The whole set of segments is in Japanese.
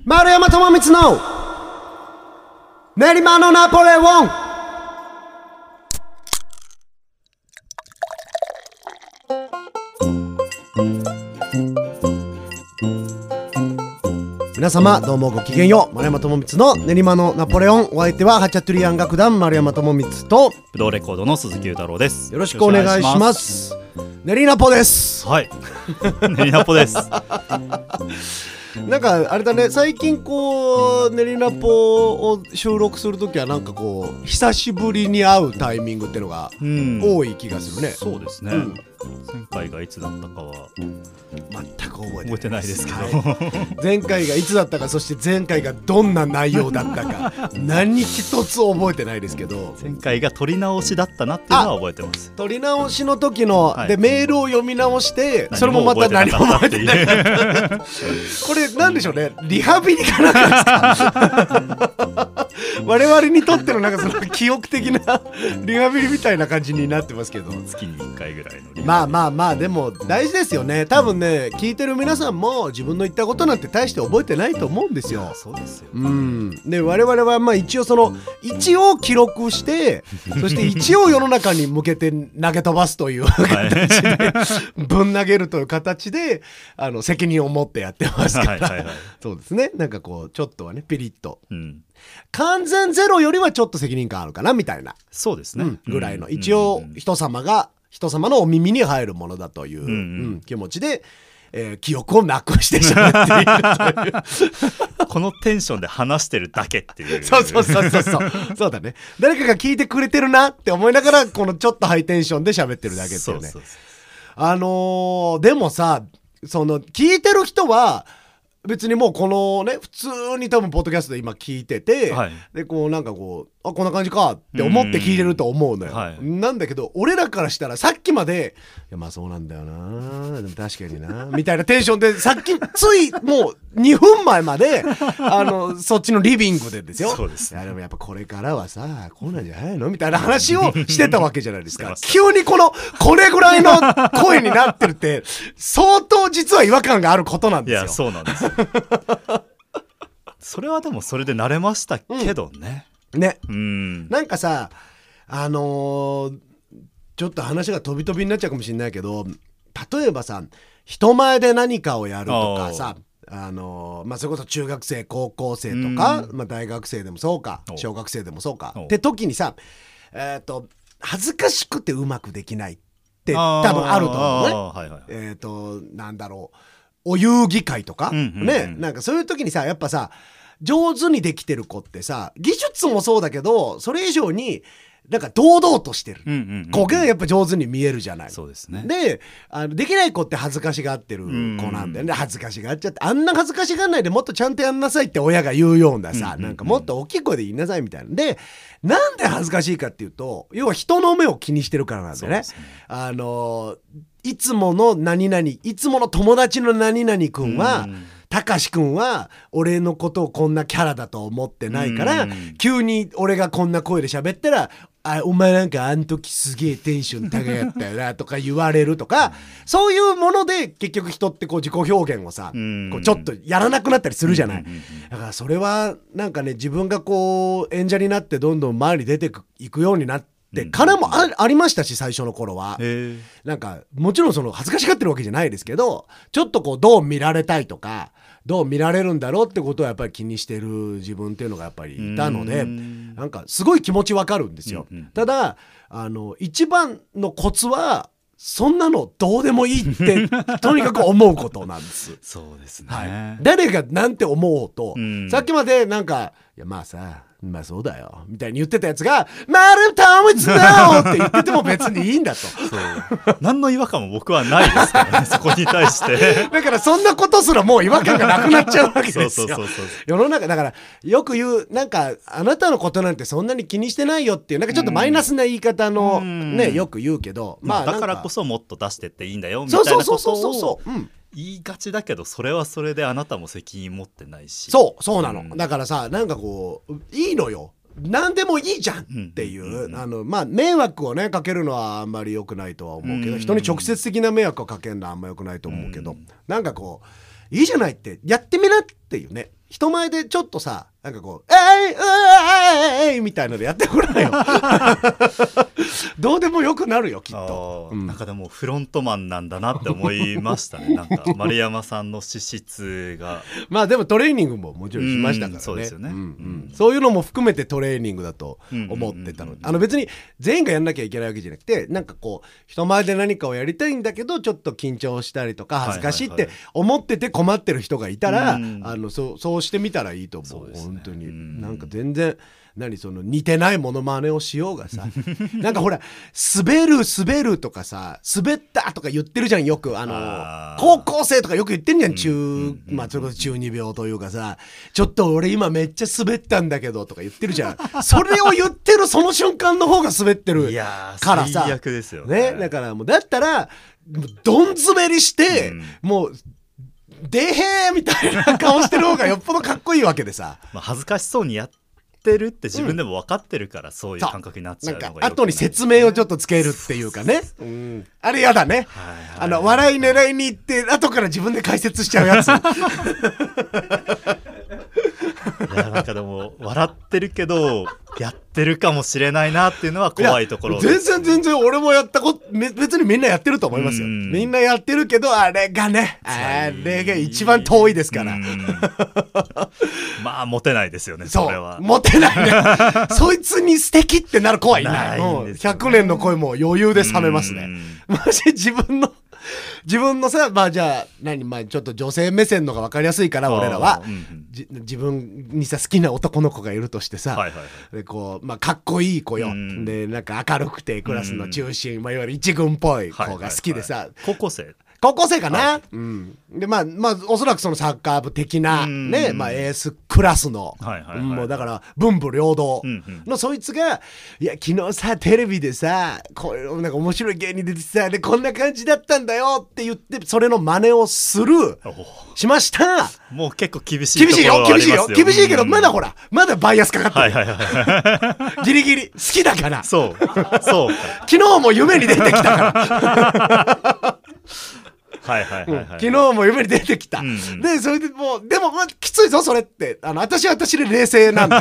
丸山智光の練馬のナポレオン。皆様どうもごきげんよう。丸山智光の練馬のナポレオン。お相手はハチャトゥリアン楽団丸山智光とブドウレコードの鈴木裕太郎です。 よろしくお願いします。練りナポです。 はい練りナポですなんかあれだね、最近こう練りナポを収録するときはなんかこう久しぶりに会うタイミングっていうのが多い気がするね。 そうですね、前回がいつだったかは全く覚えてないですけど、 はい、前回がいつだったか、そして前回がどんな内容だったか何一つ覚えてないですけど、 前回が撮り直しだったなっていうのは覚えてます。 撮り直しの時の、 はい、 でメールを読み直してそれもまた何も覚えてないこれなんでしょうね、リハビリかなんかですか我々にとってのなんかその記憶的なリハビリみたいな感じになってますけど、 月に1回ぐらいのリハビリ。 まあでも大事ですよね。多分ね、聞いてる皆さんも自分の言ったことなんて大して覚えてないと思うんですよ。 そうですよ。 で我々はまあ一応一応記録してそして一応世の中に向けて投げ飛ばすという形でぶん投げるという形で責任を持ってやってますから、そうですね。なんかこうちょっとはねピリッと、完全ゼロよりはちょっと責任感あるかなみたいな、 そうですね、 ぐらいの一応人様のお耳に入るものだという、気持ちで、記憶をなくしてしまっているというこのテンションで話してるだけっていうそうそうだね。誰かが聞いてくれてるなって思いながらこのちょっとハイテンションで喋ってるだけっていうね。でもさ、その聞いてる人は別にもうこのね普通に多分ポッドキャストで今聞いてて、でこうなんかこうこんな感じかって思って聞いてると思うのよ、なんだけど俺らからしたらさっきまでいやまあそうなんだよな、でも確かになみたいなテンションでさっきついもう2分前までそっちのリビングでですよ。 そうです、 いやでもやっぱこれからはさこうなんじゃないのみたいな話をしてたわけじゃないですか急にこれぐらいの声になってるって相当実は違和感があることなんですよ。 いやそうなんですよそれはでもそれで慣れましたけどね、なんかさちょっと話が飛び飛びになっちゃうかもしれないけど、例えばさ人前で何かをやるとかさ、それこそ中学生高校生とか、大学生でもそうか小学生でもそうかって時にさ、恥ずかしくてうまくできないって多分あると思うね。なんだろう、お遊戯会とか、なんかそういう時にさやっぱさ上手にできてる子ってさ技術もそうだけどそれ以上になんか堂々としてる子がやっぱ上手に見えるじゃない。 そうですね。 でできない子って恥ずかしがってる子なんだよね。恥ずかしがっちゃって、あんな恥ずかしがんないでもっとちゃんとやんなさいって親が言うようなさ、なんかもっと大きい声で言いなさいみたいな。でなんで恥ずかしいかっていうと要は人の目を気にしてるからなんだよね。いつもの何々、いつもの友達の何々くんはたかしくんは俺のことをこんなキャラだと思ってないから、急に俺がこんな声で喋ったらお前なんかあん時すげえテンション高かったよなとか言われるとか、そういうもので結局人ってこう自己表現をさ、こうちょっとやらなくなったりするじゃない。だからそれはなんかね、自分がこう演者になってどんどん前に出ていくようになってからもありましたし、最初の頃はなんかもちろんその恥ずかしがってるわけじゃないですけど、ちょっとこうどう見られたいとかどう見られるんだろうってことはやっぱり気にしてる自分っていうのがやっぱりいたので、なんかすごい気持ちわかるんですよ。ただ一番のコツはそんなのどうでもいいってとにかく思うことなんです。 そうですね、 誰がなんて思おうと、さっきまでなんかいやまあさまあそうだよみたいに言ってたやつが「丸太打つな!」って言ってても別にいいんだと。 そう何の違和感も僕はないですからねそこに対してだからそんなことすらもう違和感がなくなっちゃうわけですよ世の中だから。よく言うなんかあなたのことなんてそんなに気にしてないよっていうなんかちょっとマイナスな言い方のねよく言うけど、 だからこそもっと出してっていいんだよみたいなことを言いがちだけど、それはそれであなたも責任持ってないし。そうなの、だからさなんかこういいのよ、何でもいいじゃんっていう、迷惑をねかけるのはあんまり良くないとは思うけど、人に直接的な迷惑をかけるのはあんまり良くないと思うけど、なんかこういいじゃないってやってみなってっていうね、人前でちょっとさなんかこうえいみたいなのでやってごらんよどうでもよくなるよきっと、 なんかでもフロントマンなんだなって思いましたねなんか丸山さんの資質がまあでもトレーニングももちろんしましたからね、 そうですよね、 そういうのも含めてトレーニングだと思ってたので、別に全員がやんなきゃいけないわけじゃなくて、なんかこう人前で何かをやりたいんだけどちょっと緊張したりとか恥ずかしいって思ってて困ってる人がいたら、そうしてみたらいいと思う、本当に。なんか全然その似てないモノマネをしようがさなんかほら滑るとかさ滑ったとか言ってるじゃんよく高校生とかよく言ってんじゃんまあそれこそ中二病というかさ、ちょっと俺今めっちゃ滑ったんだけどとか言ってるじゃんそれを言ってるその瞬間の方が滑ってるからさ、 最悪ですよね。 だからもうだったらどん滑りして、もうでへーみたいな顔してる方がよっぽどかっこいいわけでさ恥ずかしそうにやってるって自分でも分かってるから、そういう感覚になっちゃうのがよくない。 なんか後に説明をちょっとつけるっていうかね、あれやだね、笑い狙いに行って後から自分で解説しちゃうやついやなんかでも笑ってるけどやってるかもしれないなっていうのは怖いところです。 全然俺もやったこと別にみんなやってると思いますよ。みんなやってるけどあれが一番遠いですからまあモテないですよね。 それはモテないねそいつに素敵ってなる子はいない。100年の恋も余裕で冷めますね。もし自分のさ、まあじゃあまあちょっと女性目線のが分かりやすいから俺らは、自分にさ好きな男の子がいるとしてさ、でこうまあかっこいい子よ、でなんか明るくてクラスの中心、まあいわゆる一軍っぽい子が好きでさ、 高校生かな、でまあおそらくそのサッカー部的なね、まあエースクラスの、もうだから文武両道のそいつがいや昨日さテレビでさこういうなんか面白い芸人出てさでこんな感じだったんだよって言ってそれの真似をしました。 もう結構厳しいところはありますよ。 厳しいけどまだほらまだバイアスかかってるギリギリ好きだからそう昨日も夢に出てきたから昨日も夢に出てきた、でそれでもうでもきついぞそれって私は私で冷静なんで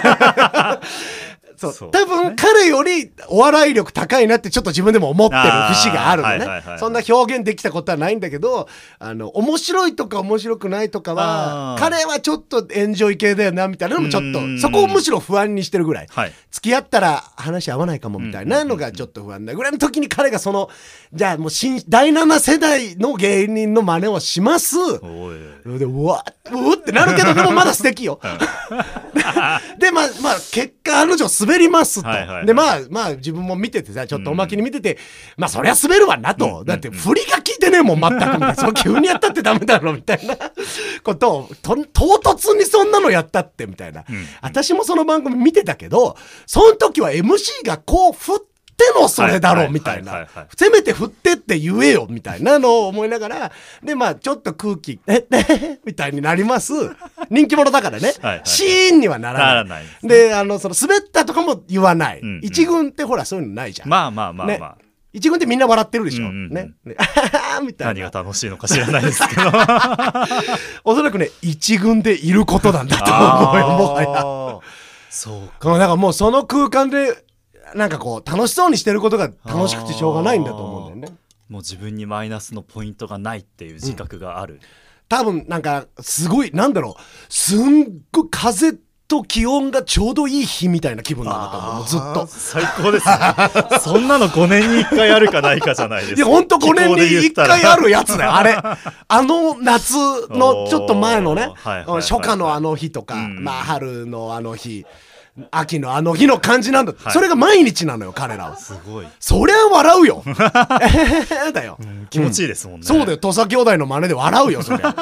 そう多分彼よりお笑い力高いなってちょっと自分でも思ってる節があるのね。そんな表現できたことはないんだけど面白いとか面白くないとかは彼はちょっとエンジョイ系だよなみたいなのもちょっとそこをむしろ不安にしてるぐらい、付き合ったら話合わないかもみたいなのがちょっと不安なぐらいの時に彼がそのじゃあもう第7世代の芸人の真似をします。でうわってなるけどでもまだ素敵よでまあ結果女滑りますと、でまあ自分も見ててさちょっとおまけに見てて、まあそりゃ滑るわなと、だって振りが効いてねえもん全くみたいなそう急にやったってダメだろみたいなことを唐突にそんなのやったってみたいな、私もその番組見てたけどその時は MC がこう振ってのそれだろみたいな、せめて振ってって言えよみたいなのを思いながらでまあちょっと空気みたいになります。人気者だからね、シーンにはならないでその滑ったとかも言わない、一軍ってほらそういうのないじゃん。まあ一軍ってみんな笑ってるでしょ、ねみたいな。 何が楽しいのか知らないですけどおそらくね一軍でいることなんだと思うよもはや。 そうか。 だからもうその空間でなんかこう楽しそうにしてることが楽しくてしょうがないんだと思うんだよね。 もう自分にマイナスのポイントがないっていう自覚がある、 多分なんかすごいなんだろうすんごい風と気温がちょうどいい日みたいな気分なんだと思う。ずっと最高ですねそんなの5年に1回あるかないかじゃないですか。 いやほんと5年に1回あるやつだよあれ夏のちょっと前のね初夏の日とか、まあ春の日秋の日の感じなんだ、それが毎日なのよ彼らは。 すごい。 そりゃ笑うよだよ、 気持ちいいですもんね、 そうだよ。土佐兄弟の真似で笑うよそりゃ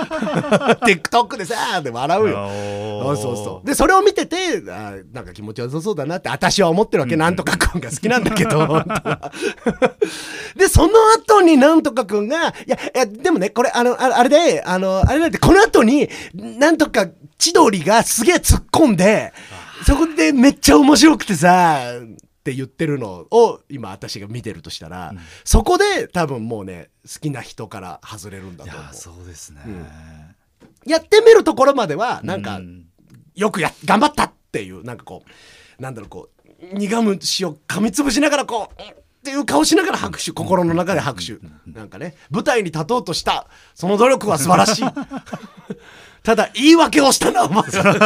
TikTok でさーで笑うよ。そうでそれを見ててなんか気持ちよさそうだなって私は思ってるわけ、なんとかくんが好きなんだけどでその後になんとかくんがいやでもねこれあれであれなんてこの後になんとか千鳥がすげえ突っ込んでそこでめっちゃ面白くてさって言ってるのを今私が見てるとしたら、そこで多分もうね好きな人から外れるんだと思う。 いやそうですね、 やってみるところまではなんかよく頑張ったっていうなんかこうなんだろうこう苦虫を噛みつぶしながらこうっていう顔しながら拍手、心の中で拍手、なんかね舞台に立とうとしたその努力は素晴らしいただ言い訳をしたなお前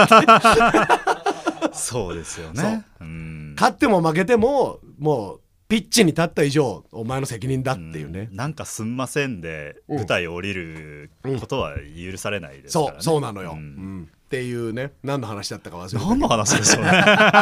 そうですよね。 勝っても負けてももうピッチに立った以上お前の責任だっていうね、 なんかすんませんで舞台を降りることは許されないですからね。 そうなのよ、っていうね、何の話だったか忘れた。 何の話でしょうね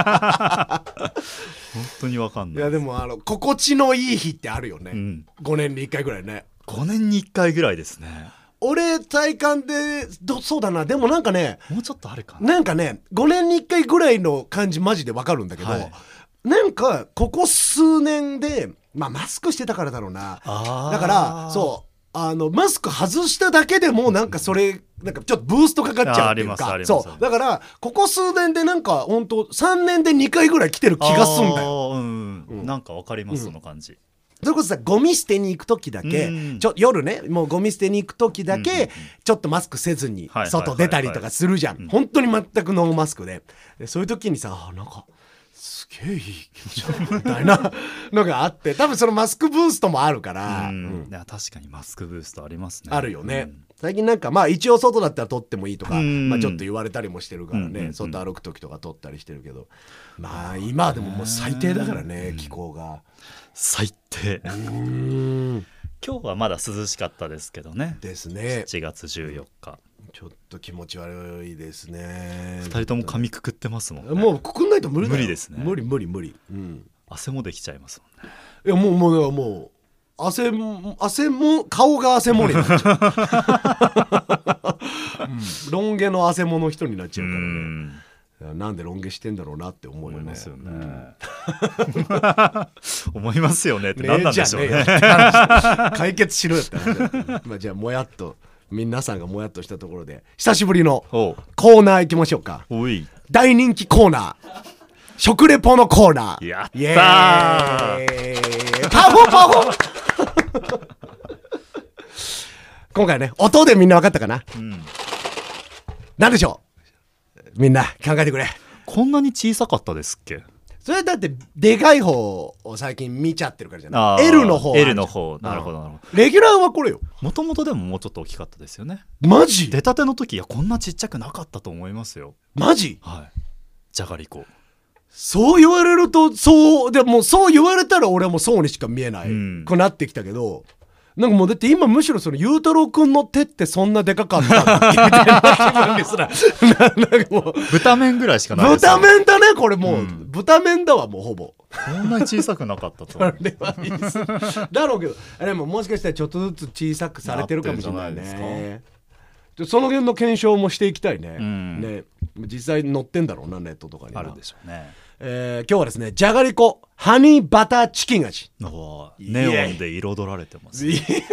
本当に分かんない。 いやでも心地のいい日ってあるよね、5年に1回ぐらいね。 5年に1回ぐらいですね。 俺体感でそうだな。でもなんかねもうちょっとあるかな。 なんかね5年に1回ぐらいの感じマジで分かるんだけど、なんかここ数年でマスクしてたからだろうな。だからそうマスク外しただけでもなんかそれなんかちょっとブーストかかっちゃうっていうか、そうだからここ数年でなんか本当3年で2回ぐらい来てる気がすんだよ。 なんかわかります、その感じ。 それこそさゴミ捨てに行く時だけ夜ねもうゴミ捨てに行く時だけちょっとマスクせずに外出たりとかするじゃん。本当に全くノーマスクでそういう時にさなんかすげえいい気持ちみたいなのがあって多分そのマスクブーストもあるから、 いや確かにマスクブーストありますね。 あるよね、最近なんか一応外だったら撮ってもいいとか、ちょっと言われたりもしてるからね、外歩く時とか撮ったりしてるけど今でももう最低だからね、気候が最低今日はまだ涼しかったですけどね。 ですね。 7月14日ちょっと気持ち悪いですね。 2人とも髪くくってますもんね。 もうくくんないと無理だよ。 無理ですね。 無理、 汗もできちゃいますもんね。 いやもう汗も顔が汗もになっちゃう、ロン毛の汗もの人になっちゃうからね。なんでロン毛してんだろうなって思うよね。 思いますよね、思いますよねって何なんでしょうね。 解決しろよってじゃあもやっと皆さんがもやっとしたところで久しぶりのコーナー行きましょうか。大人気コーナー食レポのコーナー。 やったーパフォ今回ね音でみんな分かったかな、なんでしょうみんな考えてくれ。 こんなに小さかったですっけ。 それだってでかい方を最近見ちゃってるからじゃない。 L の方なるほどレギュラーはこれよ。 もともとでももうちょっと大きかったですよね。 マジ出たての時いやこんなちっちゃくなかったと思いますよ。 マジ。 じゃがりこ。 そう言われるとでもそう言われたら俺はもうそうにしか見えないくなってきたけど、なんかもうだって今むしろそのゆうたろうくんの手ってそんなでかかったっけみたいな気分ですらなんかもう豚麺ぐらいしかないですよ。 豚麺だねこれもう、豚麺だわもうほぼ。 こんなに小さくなかったとあれはいいですだろうけどでももしかしたらちょっとずつ小さくされてるかもしれないね。その辺の検証もしていきたいね。ね実際載ってんだろうなネットとかにあるでしょうね。 今日はですねじゃがりこハニーバターチキン味。 ネオンで彩られてます、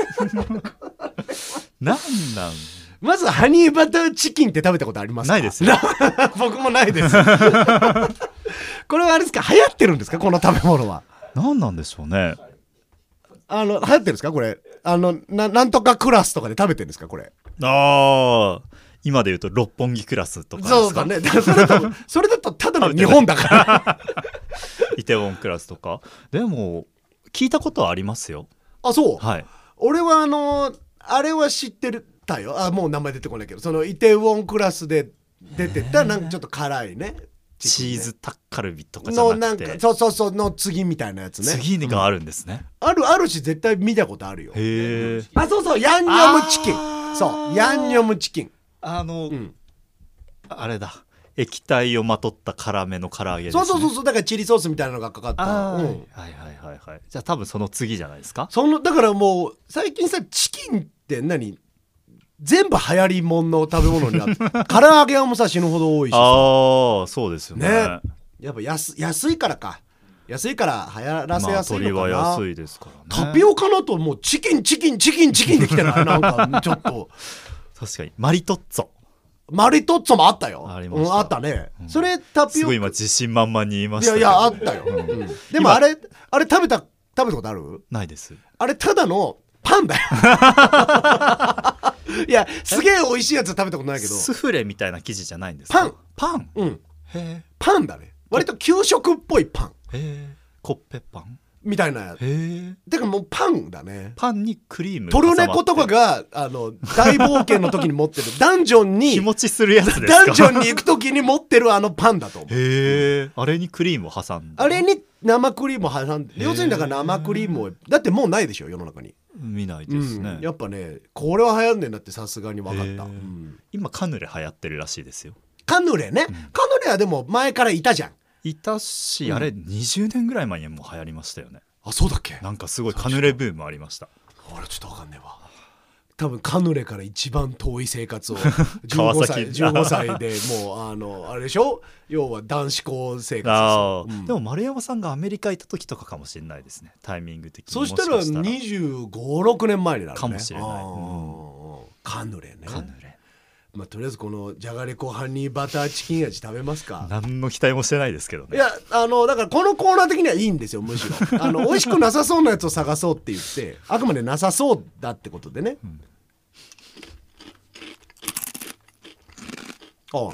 なんまずハニーバターチキンって食べたことありますか。 ないですよ僕もないですこれはあれですか流行ってるんですかこの食べ物は。 何なんでしょうね。 流行ってるんですかこれなんとかクラスとかで食べてるんですかこれ。 今で言うと六本木クラスとかですか。 そうだねそれだとただの日本だからイテウォンクラスとかでも聞いたことはありますよ。 そう、 はい俺はあれは知ってたよ。もう名前出てこないけどそのイテウォンクラスで出てたなんかちょっと辛いねチーズタッカルビとかじゃなくてそうの次みたいなやつね。 次があるんですね、 あるし絶対見たことあるよ。 へえ。 そうヤンニョムチキン。そうヤンニョムチキンあれだ液体をまとった辛めの唐揚げですね。 そうだからチリソースみたいなのがかかった。 はいじゃあ多分その次じゃないですか。 だからもう最近さチキンって全部流行りもんの食べ物になって唐揚げはもうさ死ぬほど多いしさ。 そうですよね。 やっぱ安いからか。安いから流行らせやすいのかな。 鶏は安いですからね。 タピオカのともうチキンできてないなんかちょっと確かにマリトッツォもあったよ。 ありました。 あったね。それタピオカすごい今自信満々に言いましたけど。 いやあったよ。でもあれ食べたことある？ ないです。 あれただのパンだよいやすげえ美味しいやつは食べたことないけど、 スフレみたいな生地じゃないんですか？パン。 うん。 へパンだね。割と給食っぽいパン。 コッペパンみたいなやつ。てかもうパンだね。 パンにクリームトルネコとかが大冒険の時に持ってるダンジョンに日持ちするやつですか？ ダンジョンに行く時に持ってるパンだと思う。 あれにクリームを挟んで、 あれに生クリームを挟んで、要するにだから生クリームを、だってもうないでしょ世の中に。 見ないですね、 やっぱねこれは流行んねんだってさすがに分かった、 今カヌレ流行ってるらしいですよ。 カヌレね、カヌレはでも前からいたじゃん。 いたし、あれ20年ぐらい前にもう流行りましたよね。 あ、そうだっけ。 なんかすごいカヌレブームありました。 俺ちょっと分かんねえわ。多分カヌレから一番遠い生活を15歳でもうあれでしょ、要は男子校生活ですよ。 でも丸山さんがアメリカ行った時とかかもしれないですね、タイミング的に。 そしたら25、6年前になるね。 かもしれない。 カヌレね。 カヌレ、 まあ、とりあえずこのじゃがりこハニーバターチキン味食べますか？ 何の期待もしてないですけどね。 いやだからこのコーナー的にはいいんですよ。むしろ美味しくなさそうなやつを探そうって言ってあくまでなさそうだってことでね、ああ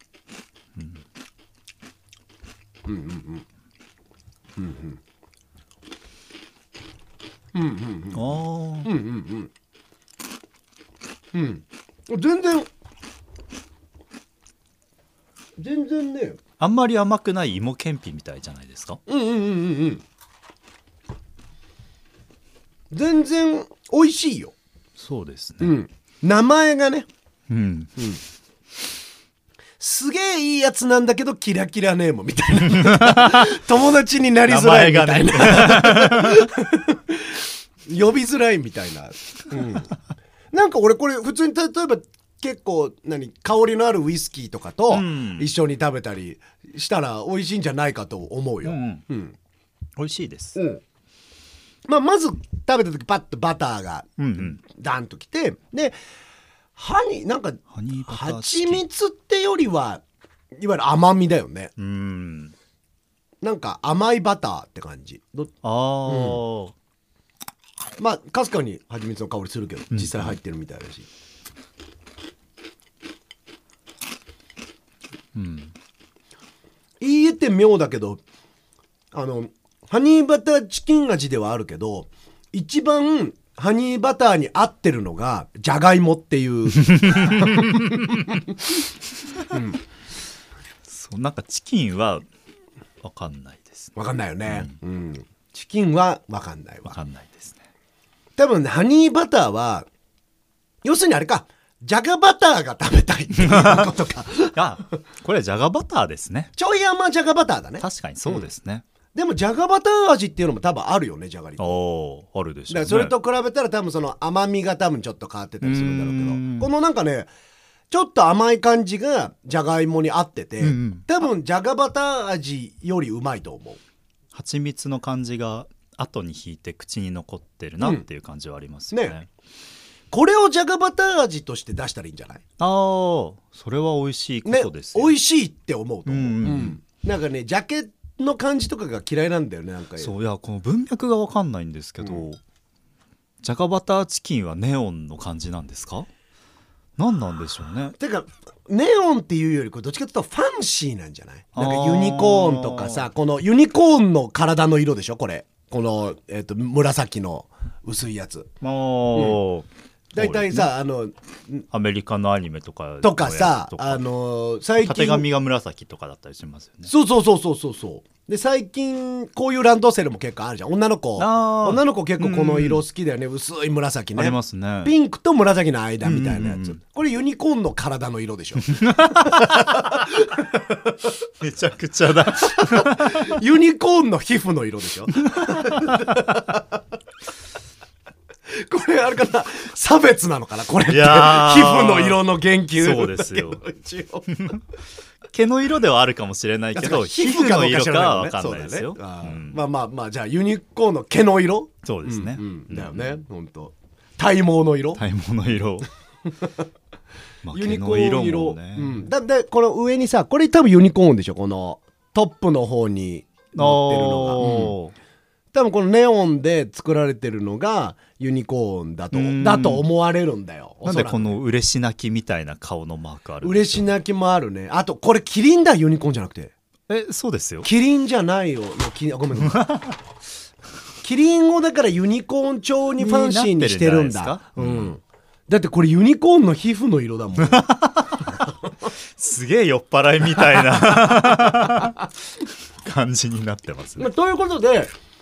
全然ね、 あんまり甘くない芋けんぴみたいじゃないですか。 全然美味しいよ。 そうですね、 名前がね、すげえいいやつなんだけどキラキラネームみたいな友達になりづらいみたいな、呼びづらいみたいな、なんか俺これ普通に例えば結構香りのあるウイスキーとかと一緒に食べたりしたら美味しいんじゃないかと思うよ。 美味しいです、 まず食べた時パッとバターがダンときて、でなんか蜂蜜ってよりはいわゆる甘みだよね。なんか甘いバターって感じ。まあかすかに蜂蜜の香りするけど実際入ってるみたいだし、言えて妙だけどハニーバターチキン味ではあるけど一番ハニーバターに合ってるのがじゃがいもっていうそうなんかチキンは分かんないです、 分かんないよね、チキンは分かんないわ。 分かんないですね。 多分ハニーバターは要するにあれか、じゃがバターが食べたいっていうことかこれはじゃがバターですね。 ちょい甘じゃがバターだね。 確かにそうですね、 でもじゃがバター味っていうのも多分あるよね、じゃがりこ。 あるでしょうね。 だからそれと比べたら多分その甘みが多分ちょっと変わってたりするんだろうけど、このなんかねちょっと甘い感じがじゃがいもに合ってて、多分じゃがバター味よりうまいと思う。 蜂蜜の感じが後に引いて口に残ってるなっていう感じはありますよね。 これをじゃがバター味として出したらいいんじゃない？ それは美味しいことですよ、 美味しいって思うと思う。なんかねジャケの感じとかが嫌いなんだよね。なんかそう、いやこの文脈が分かんないんですけど、じゃがバターチキンはネオンの感じなんですか？何なんでしょうね。 てかネオンっていうよりどっちかというとファンシーなんじゃない？なんかユニコーンとかさ、このユニコーンの体の色でしょこれ。この、紫の薄いやつ。だいたいさアメリカのアニメとかさ最近たてがみが紫とかだったりしますよね。 そうで最近こういうランドセルも結構あるじゃん。女の子結構この色好きだよね、薄い紫ね。 ありますね。 ピンクと紫の間みたいなやつ、これユニコーンの体の色でしょめちゃくちゃだユニコーンの皮膚の色でしょこれあれかな、差別なのかなこれって。皮膚の色の研究。 そうですよ毛の色ではあるかもしれないけど皮膚の色かは分かんないですよ。 まあじゃあユニコーンの毛の色。 そうですね、 だよね。本当体毛の色ユニコーン色ね。でこの上にさ、これ多分ユニコーンでしょ、このトップの方に乗ってるのが。 多分このネオンで作られてるのがユニコーンだと思われるんだよ。 なんでこの嬉し泣きみたいな顔のマークあるんですか？ 嬉し泣きもあるね。あとこれキリンだ、ユニコーンじゃなくて。 そうですよ。 キリンじゃないよ。ごめんキリンをだからユニコーン調にファンシーにしてるんだ。だってこれユニコーンの皮膚の色だもんすげえ酔っ払いみたいな感じになってますね。 ということで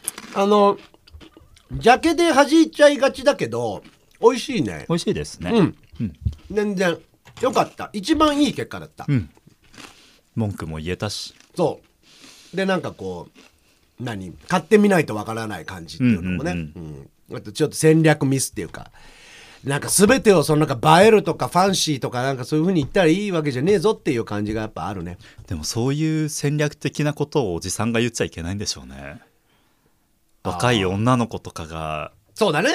ジャケで弾いちゃいがちだけど美味しいね。 美味しいですね。 全然よかった。一番いい結果だった。 文句も言えたし。 そうでなんかこう買ってみないとわからない感じっていうのもね、あとちょっと戦略ミスっていうか、なんか全てをそのなんか映えるとかファンシーとかなんかそういう風に言ったらいいわけじゃねえぞっていう感じがやっぱあるね。 でもそういう戦略的なことをおじさんが言っちゃいけないんでしょうね。若い女の子とかがそうだね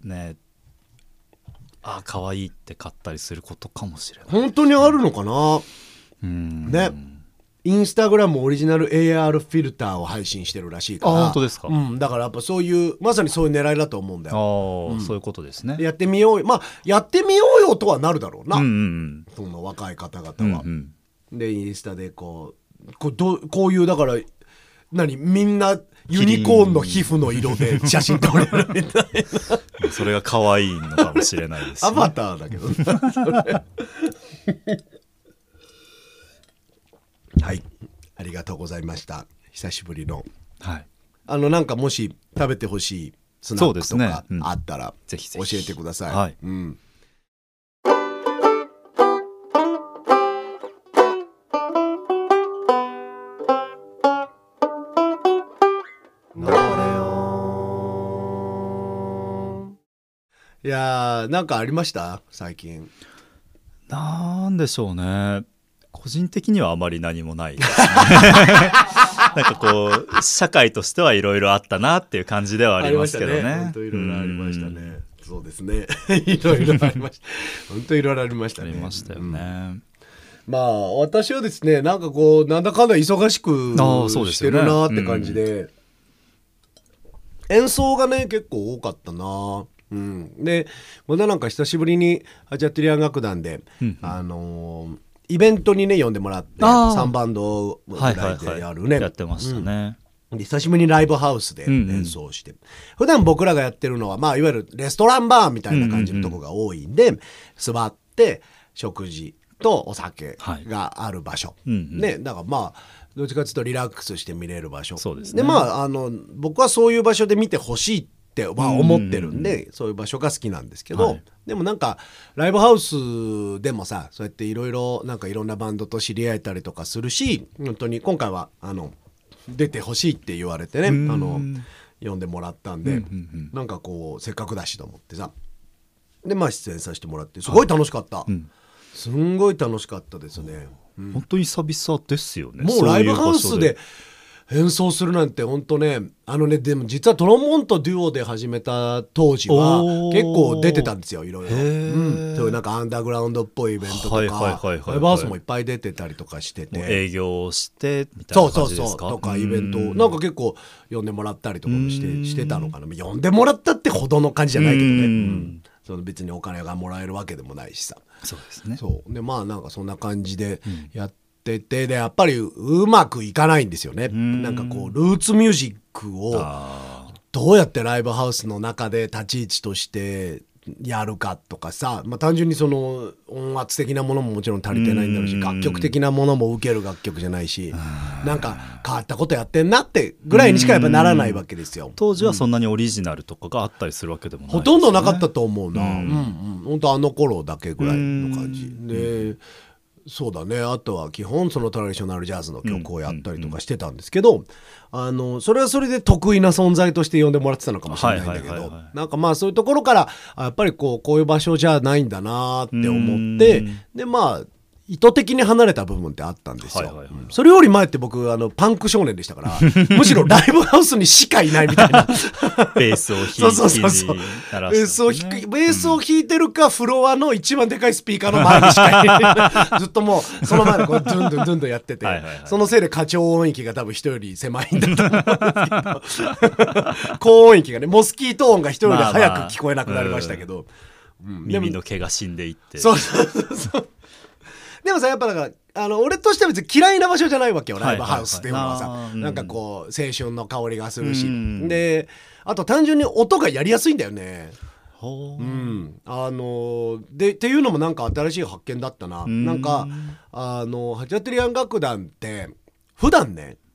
可愛いって買ったりすることかもしれない。 本当にあるのかな。ね、インスタグラムオリジナル AR フィルターを配信してるらしいから。 本当ですか？ だからやっぱそういうまさにそういう狙いだと思うんだよ。 そういうことですね。 やってみようやってみようよとはなるだろうな、その若い方々は。でインスタでこういうだからみんなユニコーンの皮膚の色で写真撮れるみたいなそれが可愛いのかもしれないです、ね、 アバターだけどはいありがとうございました。久しぶりの、なんかもし食べてほしいスナックとかあったら、ぜひ教えてください。いやなんかありました最近。 なんでしょうね。個人的にはあまり何もないですねなんかこう社会としてはいろいろあったなっていう感じではありますけどね。 本当いろいろありましたね。そうですねいろいろありました本当いろいろありましたね。 ありましたよね。 私はですねなんかこうなんだかんだ忙しくしてるなって感じで、演奏がね結構多かったな。でまだなんか久しぶりにハチャトゥリアン楽団で、イベントにね呼んでもらって3バンドぐらいでやるね、 やってましたね。 で久しぶりにライブハウスで演奏して、普段僕らがやってるのは、いわゆるレストランバーみたいな感じのとこが多いんで、座って食事とお酒がある場所、ね、だからどっちかというとリラックスして見れる場所。 そうですね。 で僕はそういう場所で見てほしいって思ってるんで、そういう場所が好きなんですけど、でもなんかライブハウスでもさそうやっていろいろなんかいろんなバンドと知り合えたりとかするし、本当に今回は出てほしいって言われてね呼んでもらったんで、なんかこうせっかくだしと思ってさで出演させてもらってすごい楽しかった、すんごい楽しかったですね。 本当に久々ですよね。 もうライブハウスで演奏するなんて本当ねでも実はトロンボーンとデュオで始めた当時は結構出てたんですよいろいろ。そういうなんかアンダーグラウンドっぽいイベントとかライブハウスもいっぱい出てたりとかしてて、 営業してみたいな感じですか。 とかイベントなんか結構呼んでもらったりとかもしてたのかな。呼んでもらったってほどの感じじゃないけどね、その別にお金がもらえるわけでもないしさ。 そうですね。 でなんかそんな感じでやってて、でやっぱりうまくいかないんですよね。なんかこうルーツミュージックをどうやってライブハウスの中で立ち位置としてやるかとかさ、単純にその音圧的なものももちろん足りてないんだろうし、楽曲的なものも受ける楽曲じゃないし、なんか変わったことやってんなってぐらいにしかやっぱならないわけですよ。 当時はそんなにオリジナルとかがあったりするわけでもないですね。 ほとんどなかったと思うな。本当あの頃だけぐらいの感じで、そうだね。あとは基本そのトラディショナルジャズの曲をやったりとかしてたんですけど、それはそれで得意な存在として呼んでもらってたのかもしれないんだけど、なんかそういうところからやっぱりこういう場所じゃないんだなって思って、で意図的に離れた部分ってあったんですよ。それより前って僕パンク少年でしたからむしろライブハウスにしかいないみたいなベースを弾いてベースを弾いてるかフロアの一番でかいスピーカーの前にしかいないずっともうその前でこうドゥンドゥンドゥンドゥンやっててそのせいで過聴音域が多分人より狭いんだと思うんですけど高音域がねモスキート音が人より早く聞こえなくなりましたけど、 耳の毛が死んでいってそうでもさやっぱだから俺としては別に嫌いな場所じゃないわけよ、ライブハウスっていうのはさ、なんかこう青春の香りがするし、であと単純に音がやりやすいんだよね。でっていうのもなんか新しい発見だったな。なんかハチャトゥリアン楽団って普段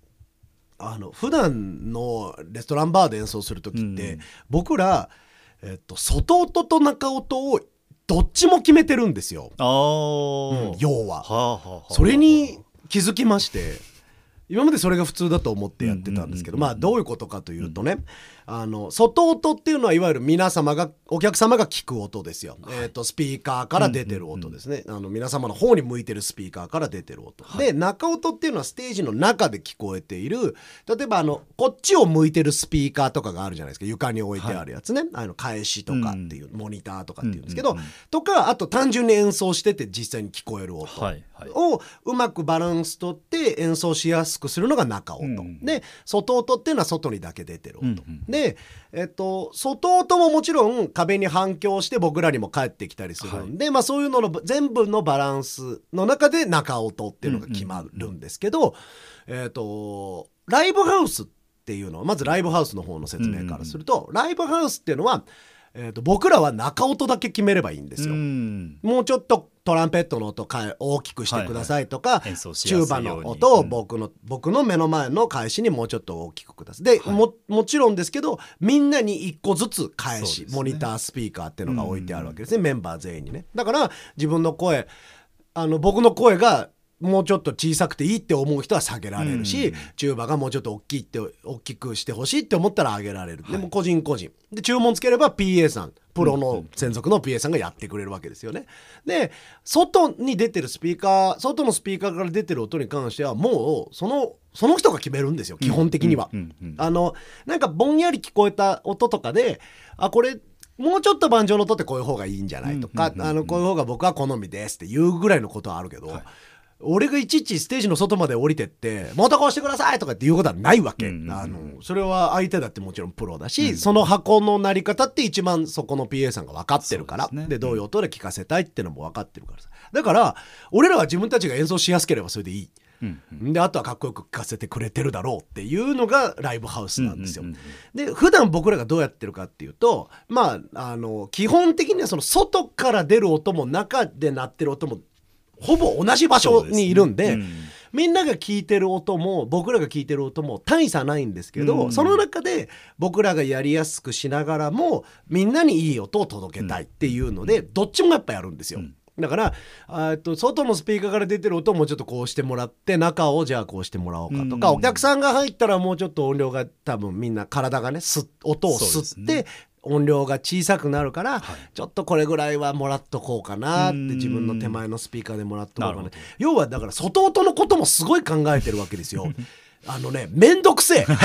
のレストランバーで演奏する時って僕ら、外音と中音をどっちも決めてるんですよ。要は、それに気づきまして、今までそれが普通だと思ってやってたんですけど、まあどういうことかというとね、外音っていうのはいわゆるお客様が聞く音ですよ、スピーカーから出てる音ですね、皆様の方に向いてるスピーカーから出てる音、で中音っていうのはステージの中で聞こえている、例えばこっちを向いてるスピーカーとかがあるじゃないですか、床に置いてあるやつね、返しとかっていう、モニターとかっていうんですけど、とかあと単純に演奏してて実際に聞こえる音をうまくバランスとって演奏しやすくするのが中音、で外音っていうのは外にだけ出てる音、で外音ももちろん壁に反響して僕らにも返ってきたりするんで、そういうのの全部のバランスの中で中音っていうのが決まるんですけど、ライブハウスっていうのはまずライブハウスの方の説明からすると、ライブハウスっていうのは僕らは中音だけ決めればいいんですよ。もうちょっとトランペットの音大きくしてくださいとか、チューバの音を僕の目の前の返しにもうちょっと大きくください。で、もちろんですけどみんなに1個ずつ返し、モニタースピーカーっていうのが置いてあるわけですね、メンバー全員にね。だから自分の声僕の声がもうちょっと小さくていいって思う人は下げられるし、チューバがもうちょっと大きくしてほしいって思ったら上げられる、でも個人で注文つければ PA さんプロの専属の PA さんがやってくれるわけですよね。で外に出てる外のスピーカーから出てる音に関してはもうその人が決めるんですよ、基本的には。なんかぼんやり聞こえた音とかでこれもうちょっと盤上の音ってこういう方がいいんじゃないとか、こういう方が僕は好みですっていうぐらいのことはあるけど、俺がいちいちステージの外まで降りてってもっとこうしてくださいとかっていうことはないわけ、それは相手だってもちろんプロだし、その箱の鳴り方って一番そこの PA さんが分かってるから、でどういう音で聞かせたいってのも分かってるからさ、だから俺らは自分たちが演奏しやすければそれでいい、であとはかっこよく聞かせてくれてるだろうっていうのがライブハウスなんですよ。で普段僕らがどうやってるかっていうと、基本的にはその外から出る音も中で鳴ってる音もほぼ同じ場所にいるんで、みんなが聞いてる音も僕らが聞いてる音も大差ないんですけど、その中で僕らがやりやすくしながらもみんなにいい音を届けたいっていうので、どっちもやっぱやるんですよ。だから外のスピーカーから出てる音をもうちょっとこうしてもらって中をじゃあこうしてもらおうかとか、お客さんが入ったらもうちょっと音量が多分みんな体がね音を吸って音量が小さくなるから、ちょっとこれぐらいはもらっとこうかなって自分の手前のスピーカーでもらっとこうかな。要はだから外音のこともすごい考えてるわけですよ。めんどくせえ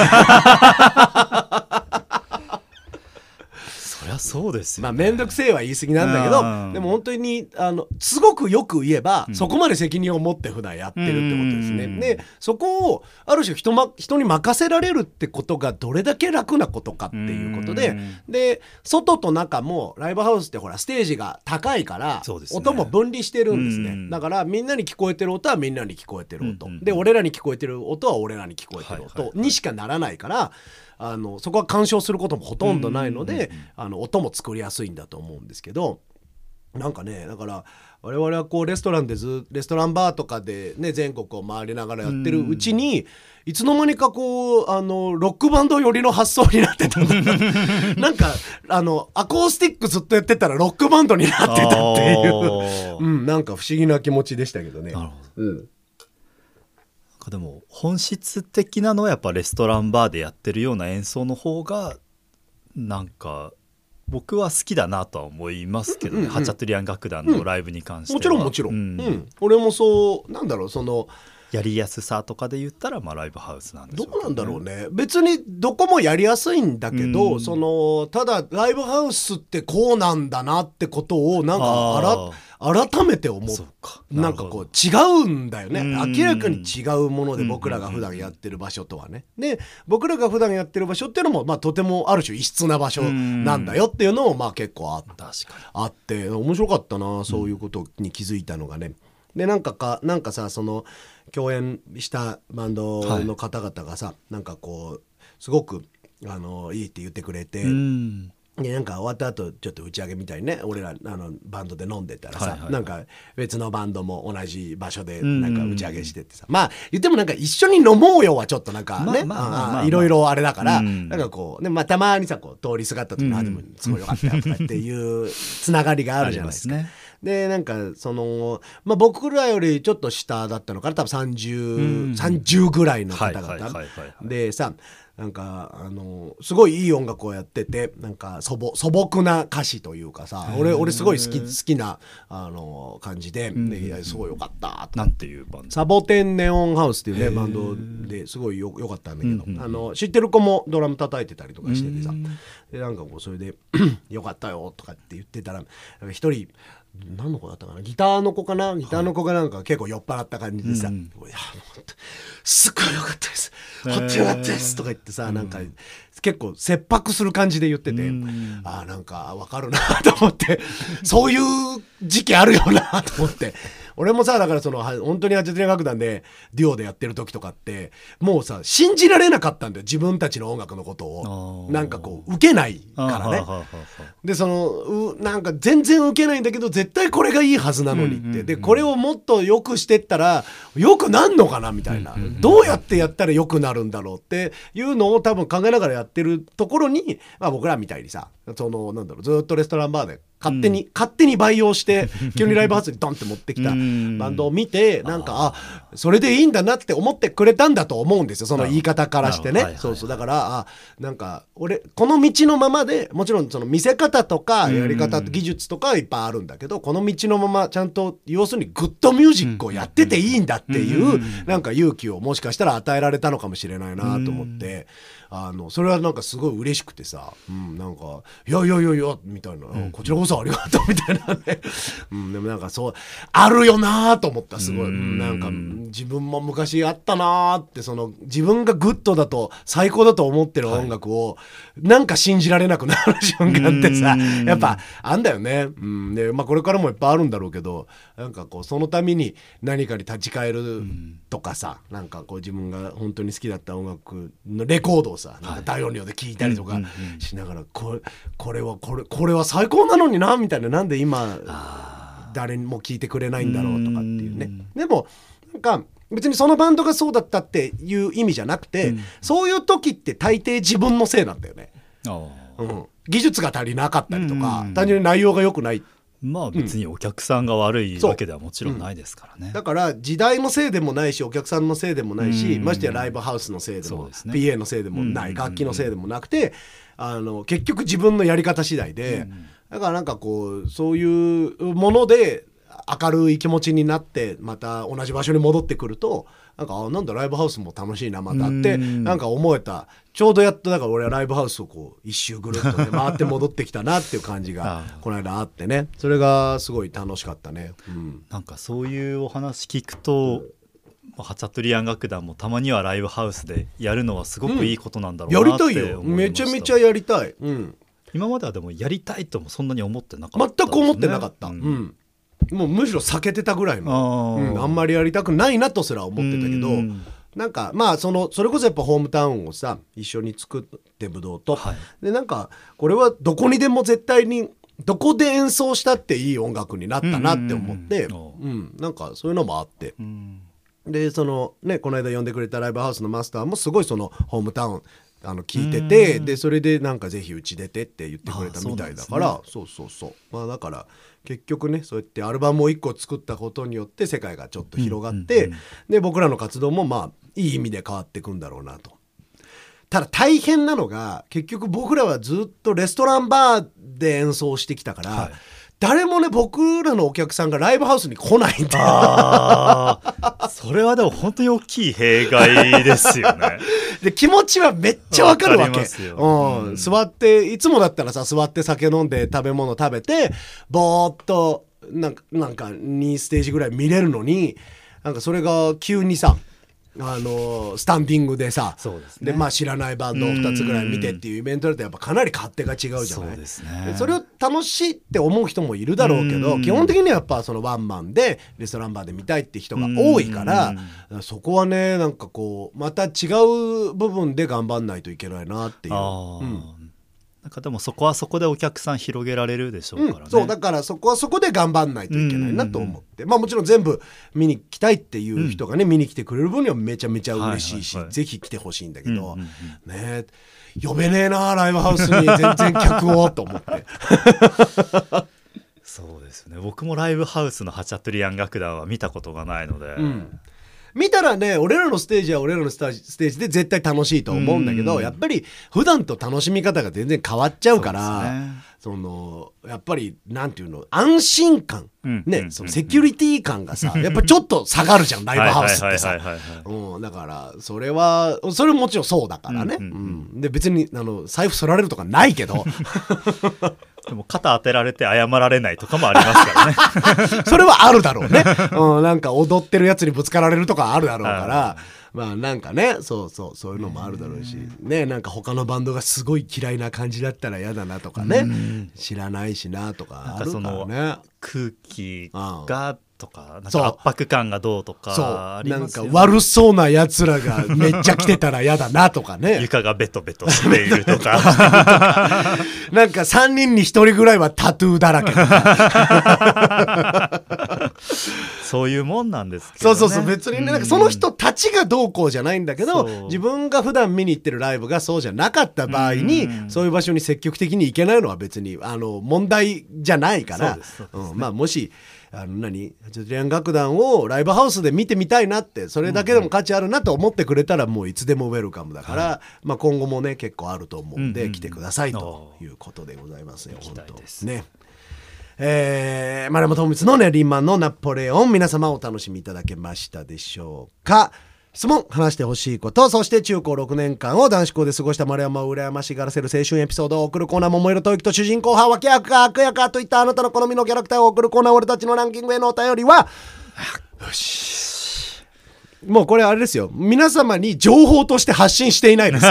そりゃそうですよね。 めんどくせえは言い過ぎなんだけど、でも本当にすごくよく言えば、そこまで責任を持って普段やってるってことですね。でそこをある種人に任せられるってことがどれだけ楽なことかっていうことで、外と中もライブハウスってほらステージが高いから、音も分離してるんですね。だからみんなに聞こえてる音はみんなに聞こえてる音、で俺らに聞こえてる音は俺らに聞こえてる音にしかならないから、そこは干渉することもほとんどないので、音も作りやすいんだと思うんですけど、なんかね、だから我々はこうレストランバーとかでね全国を回りながらやってるうちに、いつの間にかこうロックバンド寄りの発想になってたなんかアコースティックずっとやってたらロックバンドになってたっていう、なんか不思議な気持ちでしたけどね。なるほど。 でも本質的なのはやっぱレストランバーでやってるような演奏の方がなんか僕は好きだなとは思いますけどね、ハチャトゥリアン楽団のライブに関しては、 もちろんもちろん、俺もそうなんだろう、そのやりやすさとかで言ったら、まあライブハウスなんでしょうけどね。 どうなんだろうね。別にどこもやりやすいんだけど、そのただライブハウスってこうなんだなってことをなんか改めて思う。なんかこう違うんだよね。明らかに違うもので、僕らが普段やってる場所とはね。で僕らが普段やってる場所っていうのも、まあ、とてもある種異質な場所なんだよっていうのもまあ結構あって面白かったな、そういうことに気づいたのがね。でなんかさ、その共演したバンドの方々がさ、なんかこうすごくいいって言ってくれて、でなんか終わった後ちょっと打ち上げみたいにね、俺らバンドで飲んでたらさ、なんか別のバンドも同じ場所でなんか打ち上げしてってさ、まあ言ってもなんか一緒に飲もうよはちょっとなんかね、いろいろあれだから、なんかこうね、まあたまにさこう通りすがった時に、でもすごいよかったよとかっていうつながりがあるじゃないですか。でなんかその、まあ、僕らよりちょっと下だったのかな、多分30ぐらいの方々でさ、なんかすごいいい音楽をやってて、なんか素朴な歌詞というかさ、俺すごい好きな感じで、すごいよかったと。 なんていうバンド？ サボテンネオンハウスっていうねバンドですごいよかったんだけど、知ってる子もドラム叩いてたりとかしててさ、でなんかこうそれでよかったよとかって言ってたら、一人何の子だったかな、ギターの子かな、ギターの子がなんか結構酔っ払った感じでさ、いやもうすっごいよかったです、本当よかったですとか言ってさ、なんか結構切迫する感じで言ってて、なんか分かるなと思ってそういう時期あるよなと思って。俺もさ、だからその本当にハチャトゥリアン楽団でデュオでやってる時とかってもうさ信じられなかったんだよ、自分たちの音楽のことをなんかこう受けないからね。でそのなんか全然受けないんだけど絶対これがいいはずなのにって、でこれをもっと良くしてったら良くなんのかなみたいな、どうやってやったら良くなるんだろうっていうのを多分考えながらやってるところに、まあ、僕らみたいにさ、そのなんだろう、ずっとレストランバーで勝手に培養して急にライブハウスにドンって持ってきたバンドを見て、なんかそれでいいんだなって思ってくれたんだと思うんですよ、その言い方からしてね。そうそう、だからなんか俺この道のままで、もちろんその見せ方とかやり方技術とかはいっぱいあるんだけど、この道のままちゃんと要するにグッドミュージックをやってていいんだっていうなんか勇気をもしかしたら与えられたのかもしれないなと思って、それはなんかすごい嬉しくてさ、なんかいやみたいな、こちらこそありがとうみたいなねでもなんかそうあるよなと思った、すごい。なんか自分も昔あったなって、その自分がグッドだと最高だと思ってる音楽をなんか信じられなくなる瞬間ってさ、やっぱあんだよね。でまあこれからもいっぱいあるんだろうけど、なんかこうそのために何かに立ち返るとかさ、なんかこう自分が本当に好きだった音楽のレコードをさ、なんか大音量で聴いたりとかしながら、これは最高なのになみたいな、なんで今誰にも聴いてくれないんだろうとかっていうね。でもなんか別にそのバンドがそうだったっていう意味じゃなくて、そういう時って大抵自分のせいなんだよね。技術が足りなかったりとか、単純に内容が良くない。 まあ別にお客さんが悪いわけではもちろんないですからね。 だから時代のせいでもないし、お客さんのせいでもないし、ましてやライブハウスのせいでも、PA のせいでもない、楽器のせいでもなくて、結局自分のやり方次第で、だからなんかこうそういうもので明るい気持ちになってまた同じ場所に戻ってくると、なんかなんだライブハウスも楽しいなまたってなんか思えた。ちょうどやっとだから俺はライブハウスをこう一周ぐるっと、ね、回って戻ってきたなっていう感じがこの間あってね、それがすごい楽しかったね。 なんかそういうお話聞くと、ハチャトゥリアン楽団もたまにはライブハウスでやるのはすごくいいことなんだろうなって思いました。 やりたいよ、めちゃめちゃやりたい。 今まではでもやりたいともそんなに思ってなかったですね。 全く思ってなかった。もうむしろ避けてたぐらいの、あんまりやりたくないなとすら思ってたけど、なんかまあそれこそやっぱホームタウンをさ一緒に作ってブドウと、でなんかこれはどこにでも絶対にどこで演奏したっていい音楽になったなって思って、なんかそういうのもあって、でそのねこの間呼んでくれたライブハウスのマスターもすごいそのホームタウン聞いてて、でそれでなんかぜひうち出てって言ってくれたみたいだから、そうまあだから結局ねそうやってアルバムを1個作ったことによって世界がちょっと広がって、で僕らの活動もまあいい意味で変わっていくんだろうなと。 ただ大変なのが結局僕らはずっとレストランバーで演奏してきたから、はい、誰もね僕らのお客さんがライブハウスに来ないんだよ。 それはでも本当に大きい弊害ですよね。 で気持ちはめっちゃわかるわけ。座っていつもだったらさ座って酒飲んで食べ物食べてぼーっとなんか2ステージぐらい見れるのになんかそれが急にさスタンディングでさで、まあ、知らないバンドを2つぐらい見てっていうイベントだとやっぱかなり勝手が違うじゃない。 それを楽しいって思う人もいるだろうけど基本的にはやっぱそのワンマンでレストランバーで見たいって人が多いからそこはねなんかこうまた違う部分で頑張んないといけないなっていう。 なんかでもそこはそこでお客さん広げられるでしょうからね、 そうだからそこはそこで頑張んないといけないなと思って、まあもちろん全部見に来たいっていう人がね、見に来てくれる分にはめちゃめちゃ嬉しいし、ぜひ来てほしいんだけど、ね呼べねえなライブハウスに全然客をと思ってそうですね。僕もライブハウスのハチャトゥリアン楽団は見たことがないので、 見たらね俺らのステージは俺らのステージで絶対楽しいと思うんだけど、やっぱり普段と楽しみ方が全然変わっちゃうから、そのやっぱりなんていうの安心感、そのセキュリティ感がさやっぱちょっと下がるじゃんライブハウスってさ。だからそれもちろんそうだからね、で別に財布剃られるとかないけどでも肩当てられて謝られないとかもありますからねそれはあるだろうね、なんか踊ってるやつにぶつかられるとかあるだろうからまあなんかねそういうのもあるだろうしね、なんか他のバンドがすごい嫌いな感じだったら嫌だなとかね、知らないしなとかあるからね。 空気がとかなんか圧迫感がどうとかありますよね。 なんか悪そうなやつらがめっちゃ来てたら嫌だなとかね床がベトベトしているとかなんか3人に1人ぐらいはタトゥーだらけそういうもんなんですけどね。 そう別にねなんかその人たちがどうこうじゃないんだけど自分が普段見に行ってるライブがそうじゃなかった場合にそういう場所に積極的に行けないのは別に問題じゃないから、まあもしハチャトゥリアン楽団をライブハウスで見てみたいなってそれだけでも価値あるなと思ってくれたらもういつでもウェルカムだから、まあ、今後もね結構あると思うんで来てくださいということでございますよ。 本当ですね。丸山智光のねリンマンのナポレオン皆様お楽しみいただけましたでしょうか。質問話してほしいことそして中高6年間を男子校で過ごした丸山を羨ましがらせる青春エピソードを送るコーナー桃色吐息と主人公派脇役か悪役かといったあなたの好みのキャラクターを送るコーナー俺たちのランキングへのお便りはよしもうこれあれですよ皆様に情報として発信していないです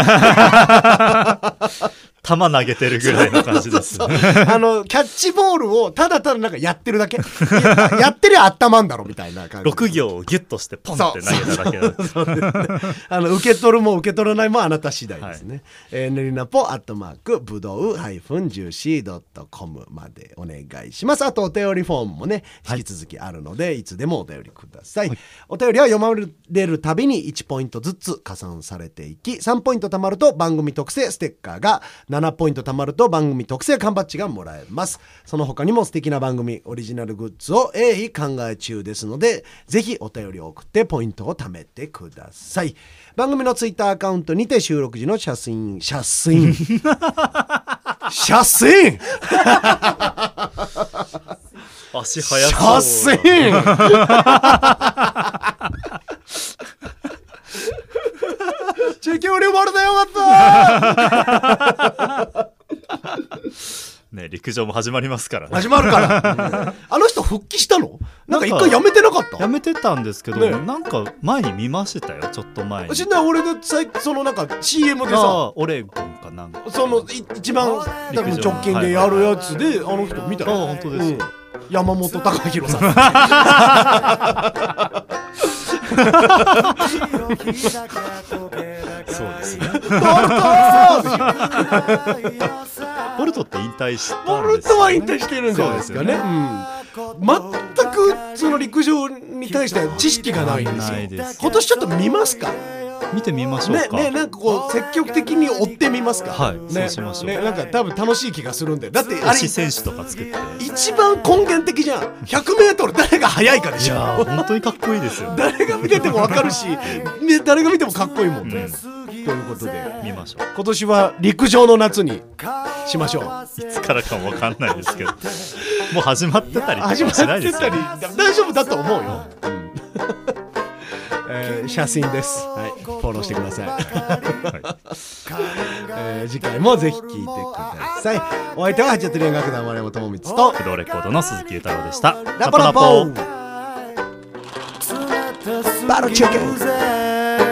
球投げてるぐらいの感じですキャッチボールをただただなんかやってるだけやってりゃあったまんだろみたいな感じ 6行をギュッとしてポンって投げただけ受け取るも受け取らないもあなた次第ですね、ねりなぽぶどう-juicy.com までお願いします。あとお便りフォームもね引き続きあるので、いつでもお便りください、お便りは読まれるたびに1ポイントずつ加算されていき3ポイント貯まると番組特製ステッカーが7ポイント貯まると番組特製缶バッジがもらえます。その他にも素敵な番組オリジナルグッズを鋭意考え中ですのでぜひお便りを送ってポイントを貯めてください。番組のツイッターアカウントにて収録時の写真足速そう中京両丸だよかったね、陸上も始まりますからね。 始まるから、あの人復帰したの？なんか一回やめてなかった？ やめてたんですけど、ね、なんか前に見ましたよ、ちょっと前に。 知んない、俺でそのなんか CM でさ、 オレゴンかなんかその一番多分直近でやるやつで、あの人見たら、 本当ですよ、 山本貴弘さんそうですね。ボルトって引退したんですよね。 ボルトは引退してるんじゃないですかね。全くその陸上に対しては知識がないんですよ。今年ちょっと見ますか？ 見てみましょうか。 ね、なんかこう積極的に追ってみますか。 はい、そうしましょう。 なんか多分楽しい気がするんで。だって推し選手とか作って。 一番根源的じゃん。100m 誰が速いかでしょ。 いや本当にかっこいいですよ。 誰が見ててもわかるし、誰が見てもかっこいいもんね。 ということで見ましょう。 今年は陸上の夏にしましょう。 いつからかも分かんないですけどもう始まってたりとかしないですか、ね、 大丈夫だと思うよ、写真です、はい、フォローしてください、はい、次回もぜひ聞いてください。お相手はハチャトリ音楽団丸山智光と不動レコードの鈴木裕太郎でした。 ラポラポバロチェケ